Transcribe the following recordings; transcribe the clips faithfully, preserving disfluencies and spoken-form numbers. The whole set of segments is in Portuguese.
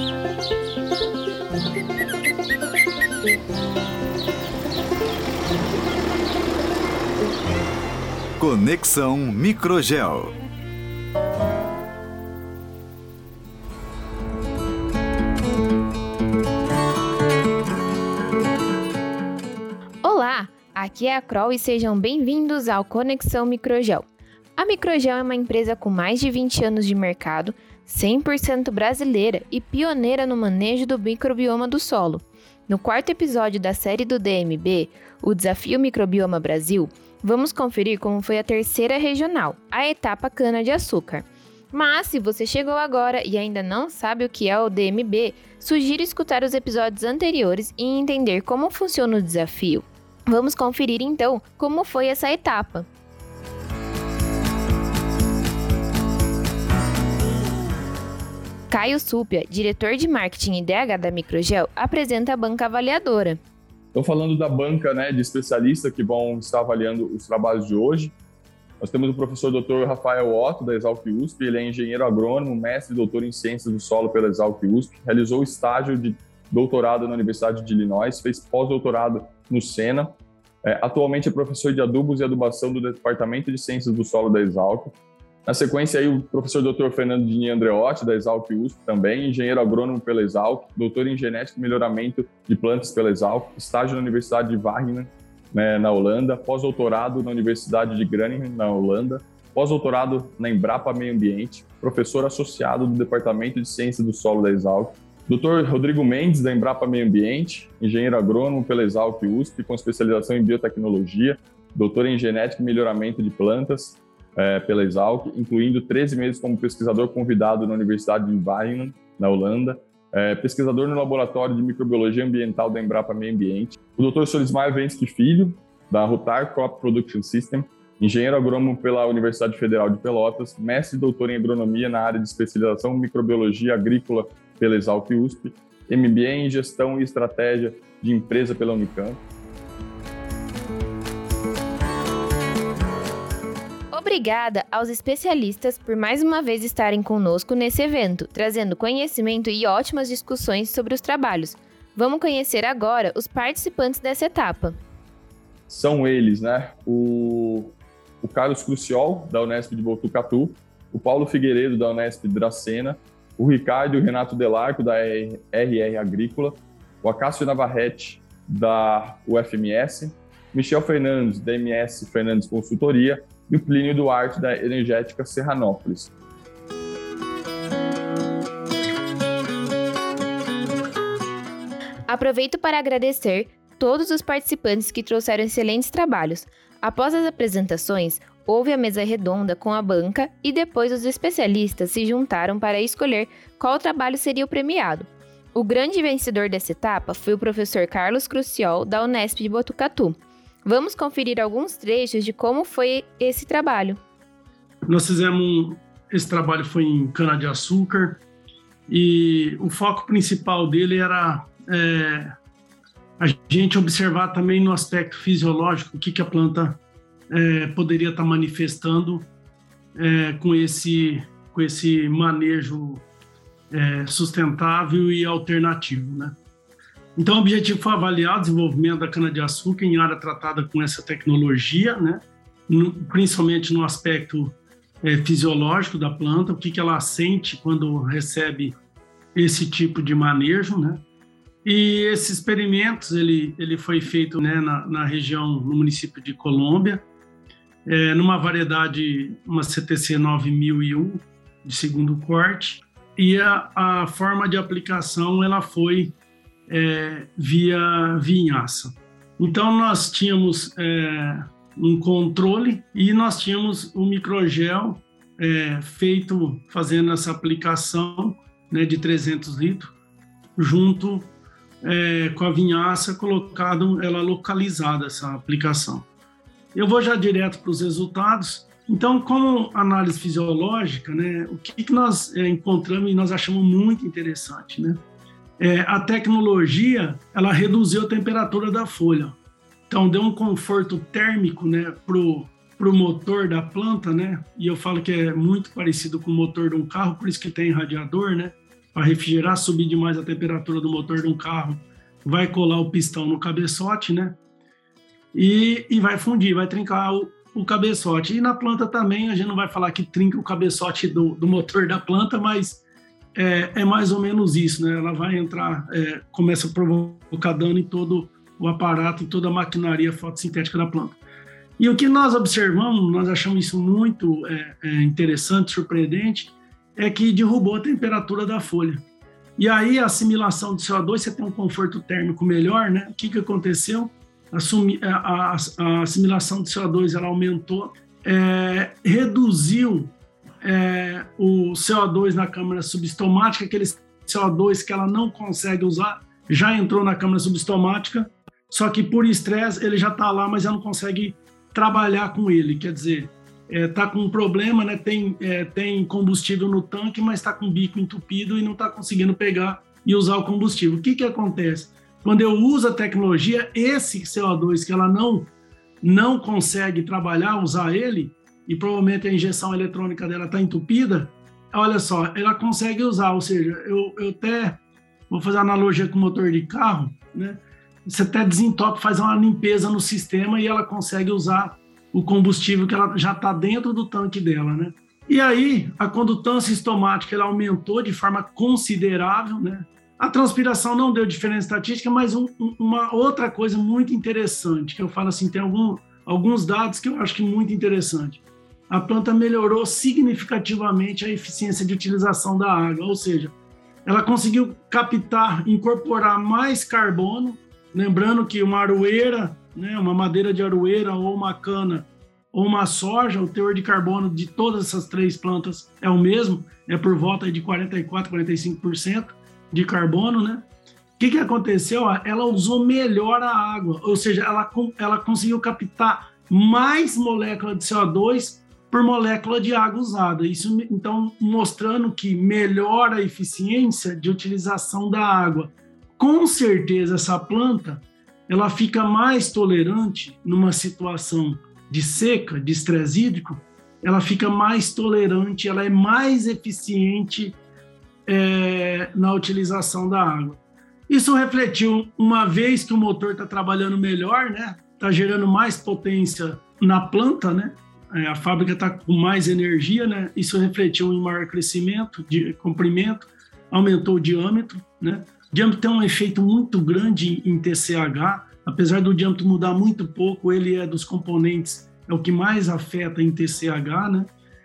Conexão Microgel. Olá, aqui é a Kroll e sejam bem-vindos ao Conexão Microgel. A Microgel é uma empresa com mais de vinte anos de mercado, cem por cento brasileira e pioneira no manejo do microbioma do solo. No quarto episódio da série do D M B, o Desafio Microbioma Brasil, vamos conferir como foi a terceira regional, a etapa cana-de-açúcar. Mas, se você chegou agora e ainda não sabe o que é o D M B, sugiro escutar os episódios anteriores e entender como funciona o desafio. Vamos conferir então como foi essa etapa. Caio Súpia, diretor de marketing e D H da Microgel, apresenta a banca avaliadora. Estou falando da banca, né, de especialistas que vão estar avaliando os trabalhos de hoje. Nós temos o professor doutor Rafael Otto, da Exalc U S P. Ele é engenheiro agrônomo, mestre e doutor em ciências do solo pela Exalc U S P. Realizou estágio de doutorado na Universidade de Illinois, fez pós-doutorado no Sena. É, atualmente é professor de adubos e adubação do Departamento de Ciências do Solo da Exalc. Na sequência, aí, o professor doutor Fernando Dini Andreotti, da Exalc U S P também, engenheiro agrônomo pela Exalc, doutor em genética e melhoramento de plantas pela Exalc, estágio na Universidade de Wageningen, né, na Holanda, pós-doutorado na Universidade de Groningen, na Holanda, pós-doutorado na Embrapa Meio Ambiente, professor associado do Departamento de Ciências do Solo da Exalc, doutor Rodrigo Mendes, da Embrapa Meio Ambiente, engenheiro agrônomo pela Exalc U S P, com especialização em biotecnologia, doutor em genética e melhoramento de plantas, É, pela Exalc, incluindo treze meses como pesquisador convidado na Universidade de Wageningen, na Holanda, é, pesquisador no Laboratório de Microbiologia Ambiental da Embrapa Meio Ambiente, o doutor Solismar Vensky Filho, da Rutar Crop Production System, engenheiro agrônomo pela Universidade Federal de Pelotas, mestre e doutor em agronomia na área de especialização em microbiologia agrícola pela Exalc U S P, M B A em gestão e estratégia de empresa pela Unicamp. Obrigada aos especialistas por mais uma vez estarem conosco nesse evento, trazendo conhecimento e ótimas discussões sobre os trabalhos. Vamos conhecer agora os participantes dessa etapa. São eles, né? O, o Carlos Cruciol, da Unesp de Botucatu, o Paulo Figueiredo, da Unesp de Dracena, o Ricardo e o Renato Delarco, da R R Agrícola, o Acácio Navarrete, da U F M S, Michel Fernandes, da M S Fernandes Consultoria, e o Plínio Duarte, da Energética Serranópolis. Aproveito para agradecer todos os participantes que trouxeram excelentes trabalhos. Após as apresentações, houve a mesa redonda com a banca e depois os especialistas se juntaram para escolher qual trabalho seria o premiado. O grande vencedor dessa etapa foi o professor Carlos Cruciol, da Unesp de Botucatu. Vamos conferir alguns trechos de como foi esse trabalho. Nós fizemos, esse trabalho foi em cana-de-açúcar e o foco principal dele era é, a gente observar também no aspecto fisiológico o que, que a planta é, poderia estar manifestando é, com, esse, com esse manejo é, sustentável e alternativo, né? Então, o objetivo foi avaliar o desenvolvimento da cana-de-açúcar em área tratada com essa tecnologia, né? No, principalmente no aspecto é, fisiológico da planta, o que, que ela sente quando recebe esse tipo de manejo, né? E esses experimentos, ele, ele foi feito, né, na, na região, no município de Colômbia, é, numa variedade, uma C T C nove mil e um, de segundo corte, e a, a forma de aplicação, ela foi É, via vinhaça. Então, nós tínhamos é, um controle e nós tínhamos o microgel é, feito, fazendo essa aplicação, né, de trezentos litros, junto é, com a vinhaça, colocado ela localizada, essa aplicação. Eu vou já direto para os resultados. Então, como análise fisiológica, né, o que, que nós é, encontramos e nós achamos muito interessante, né? É, a tecnologia, ela reduziu a temperatura da folha. Então, deu um conforto térmico, né, pro, pro motor da planta, né? E eu falo que é muito parecido com o motor de um carro, por isso que tem radiador, né? para refrigerar, subir demais a temperatura do motor de um carro, vai colar o pistão no cabeçote, né? E, e vai fundir, vai trincar o, o cabeçote. E na planta também, a gente não vai falar que trinca o cabeçote do, do motor da planta, mas é, é mais ou menos isso, né? Ela vai entrar, é, começa a provocar dano em todo o aparato, em toda a maquinaria fotossintética da planta. E o que nós observamos, nós achamos isso muito é, é interessante, surpreendente, é que derrubou a temperatura da folha. E aí a assimilação de C O dois, você tem um conforto térmico melhor, né? O que, que aconteceu? Assumi, a, a, a assimilação de C O dois ela aumentou, é, reduziu é, o C O dois na câmara subestomática, aquele C O dois que ela não consegue usar, já entrou na câmara subestomática, só que por estresse ele já está lá, mas já não consegue trabalhar com ele, quer dizer, está é, com um problema, né? tem, é, tem combustível no tanque, mas está com o bico entupido e não está conseguindo pegar e usar o combustível. O que, que acontece? Quando eu uso a tecnologia, esse C O dois que ela não, não consegue trabalhar, usar ele, e provavelmente a injeção eletrônica dela está entupida, olha só, ela consegue usar, ou seja, eu, eu até vou fazer uma analogia com o motor de carro, né? Você até desentope, faz uma limpeza no sistema e ela consegue usar o combustível que ela já está dentro do tanque dela, né? E aí, a condutância estomática ela aumentou de forma considerável, né? A transpiração não deu diferença estatística, mas um, uma outra coisa muito interessante, que eu falo assim, tem algum, alguns dados que eu acho que muito interessante. A planta melhorou significativamente a eficiência de utilização da água, ou seja, ela conseguiu captar, incorporar mais carbono, lembrando que uma aroeira, né, uma madeira de aroeira ou uma cana ou uma soja, o teor de carbono de todas essas três plantas é o mesmo, é por volta de quarenta e quatro, quarenta e cinco por cento de carbono, né? O que, que aconteceu? Ela usou melhor a água, ou seja, ela, ela conseguiu captar mais molécula de C O dois por molécula de água usada. Isso, então, mostrando que melhora a eficiência de utilização da água. Com certeza, essa planta ela fica mais tolerante numa situação de seca, de estresse hídrico, ela fica mais tolerante, ela é mais eficiente é, na utilização da água. Isso refletiu, uma vez que o motor está trabalhando melhor, né? Está gerando mais potência na planta, né? É, a fábrica está com mais energia, né? Isso refletiu em maior crescimento, de comprimento, aumentou o diâmetro, né? O diâmetro tem um efeito muito grande em T C H, apesar do diâmetro mudar muito pouco, ele é dos componentes, é o que mais afeta em T C H, né?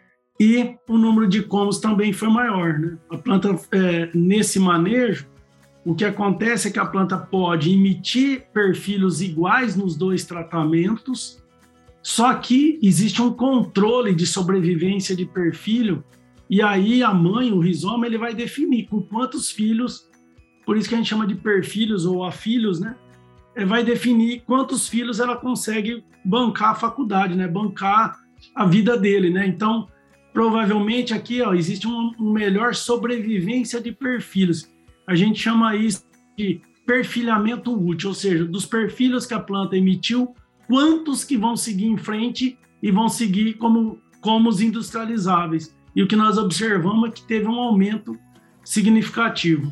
E o número de cômodos também foi maior, né? A planta, é, nesse manejo, o que acontece é que a planta pode emitir perfilhos iguais nos dois tratamentos, só que existe um controle de sobrevivência de perfilho, e aí a mãe, o rizoma, ele vai definir com quantos filhos, por isso que a gente chama de perfilhos ou afilhos, né? Vai definir quantos filhos ela consegue bancar a faculdade, né? Bancar a vida dele, né? Então, provavelmente aqui, ó, existe uma um melhor sobrevivência de perfilhos. A gente chama isso de perfilhamento útil, ou seja, dos perfilhos que a planta emitiu, quantos que vão seguir em frente e vão seguir como, como os industrializáveis. E o que nós observamos é que teve um aumento significativo.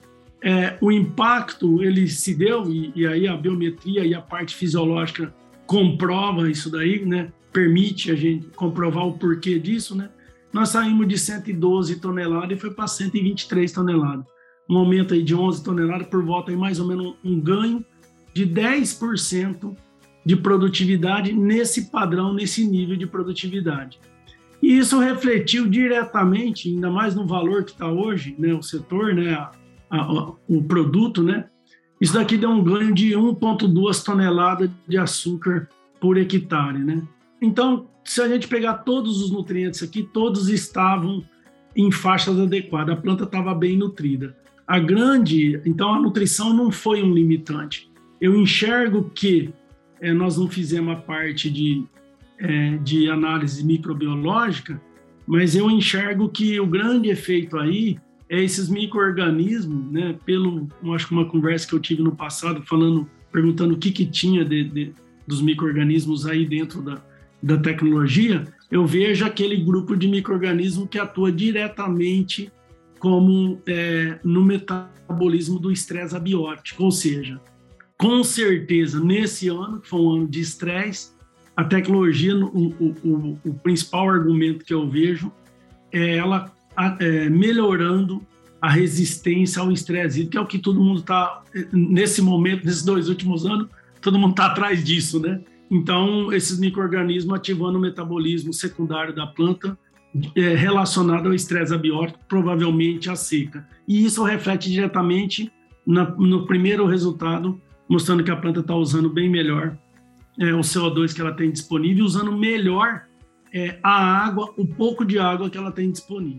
É, o impacto ele se deu, e, e aí a biometria e a parte fisiológica comprova isso daí, né? Permite a gente comprovar o porquê disso, né? Nós saímos de cento e doze toneladas e foi para cento e vinte e três toneladas. Um aumento aí de onze toneladas, por volta aí mais ou menos um ganho de dez por cento de produtividade nesse padrão, nesse nível de produtividade. E isso refletiu diretamente, ainda mais no valor que está hoje, né? O setor, né? A, A, o produto, né? Isso daqui deu um ganho de um vírgula dois toneladas de açúcar por hectare, né? Então, se a gente pegar todos os nutrientes aqui, todos estavam em faixas adequadas, a planta estava bem nutrida. A grande, então a nutrição não foi um limitante. Eu enxergo que é, nós não fizemos a parte de, é, de análise microbiológica, mas eu enxergo que o grande efeito aí é esses micro-organismos, né? Pelo, eu acho que uma conversa que eu tive no passado, falando, perguntando o que, que tinha de, de, dos micro-organismos aí dentro da, da tecnologia, eu vejo aquele grupo de micro-organismos que atua diretamente como é, no metabolismo do estresse abiótico, ou seja, com certeza, nesse ano, que foi um ano de estresse, a tecnologia, o, o, o principal argumento que eu vejo é ela é, melhorando a resistência ao estresse hídrico, que é o que todo mundo está, nesse momento, nesses dois últimos anos, todo mundo está atrás disso, né? Então, esses micro-organismos ativando o metabolismo secundário da planta é, relacionado ao estresse abiótico, provavelmente à seca. E isso reflete diretamente na, no primeiro resultado, mostrando que a planta está usando bem melhor é, o C O dois que ela tem disponível, usando melhor é, a água, o pouco de água que ela tem disponível.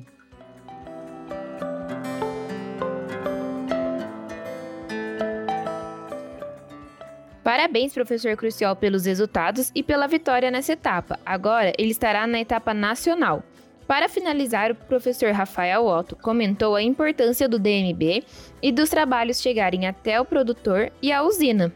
Parabéns, professor Cruciol, pelos resultados e pela vitória nessa etapa. Agora, ele estará na etapa nacional. Para finalizar, o professor Rafael Otto comentou a importância do D M B e dos trabalhos chegarem até o produtor e a usina.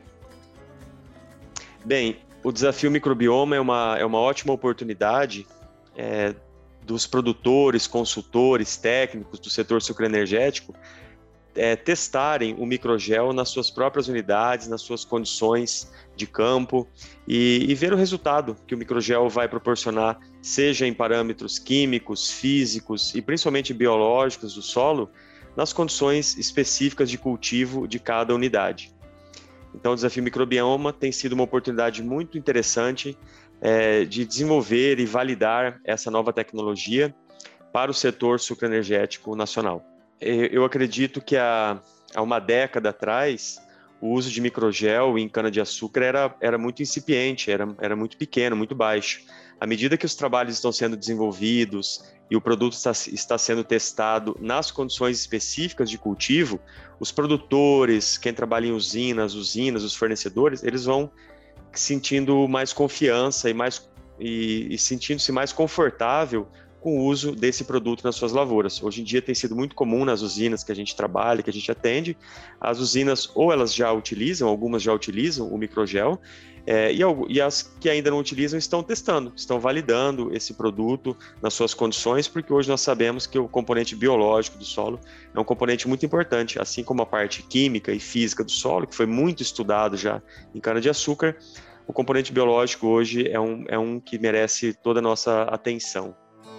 Bem, o desafio microbioma é uma, é uma ótima oportunidade é, dos produtores, consultores, técnicos do setor sucroenergético É, testarem o microgel nas suas próprias unidades, nas suas condições de campo e, e ver o resultado que o microgel vai proporcionar, seja em parâmetros químicos, físicos e principalmente biológicos do solo, nas condições específicas de cultivo de cada unidade. Então, o desafio microbioma tem sido uma oportunidade muito interessante é, de desenvolver e validar essa nova tecnologia para o setor sucroenergético nacional. Eu acredito que há, há uma década atrás, o uso de microgel em cana-de-açúcar era, era muito incipiente, era, era muito pequeno, muito baixo. À medida que os trabalhos estão sendo desenvolvidos e o produto está, está sendo testado nas condições específicas de cultivo, os produtores, quem trabalha em usinas, usinas, os fornecedores, eles vão sentindo mais confiança e, mais, e, e sentindo-se mais confortável com o uso desse produto nas suas lavouras. Hoje em dia tem sido muito comum nas usinas que a gente trabalha, que a gente atende, as usinas ou elas já utilizam, algumas já utilizam o microgel, é, e, e as que ainda não utilizam estão testando, estão validando esse produto nas suas condições, porque hoje nós sabemos que o componente biológico do solo é um componente muito importante, assim como a parte química e física do solo, que foi muito estudado já em cana-de-açúcar, o componente biológico hoje é um, é um que merece toda a nossa atenção.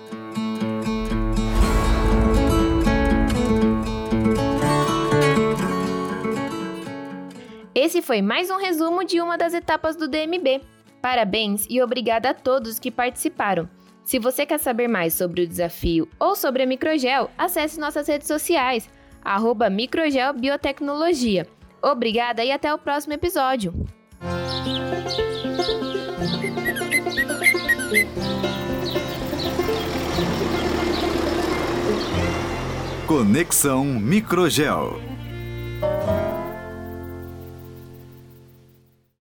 Esse foi mais um resumo de uma das etapas do D M B. Parabéns e obrigada a todos que participaram. Se você quer saber mais sobre o desafio ou sobre a Microgel, acesse nossas redes sociais, arroba Microgel Biotecnologia. Obrigada e até o próximo episódio. Conexão Microgel.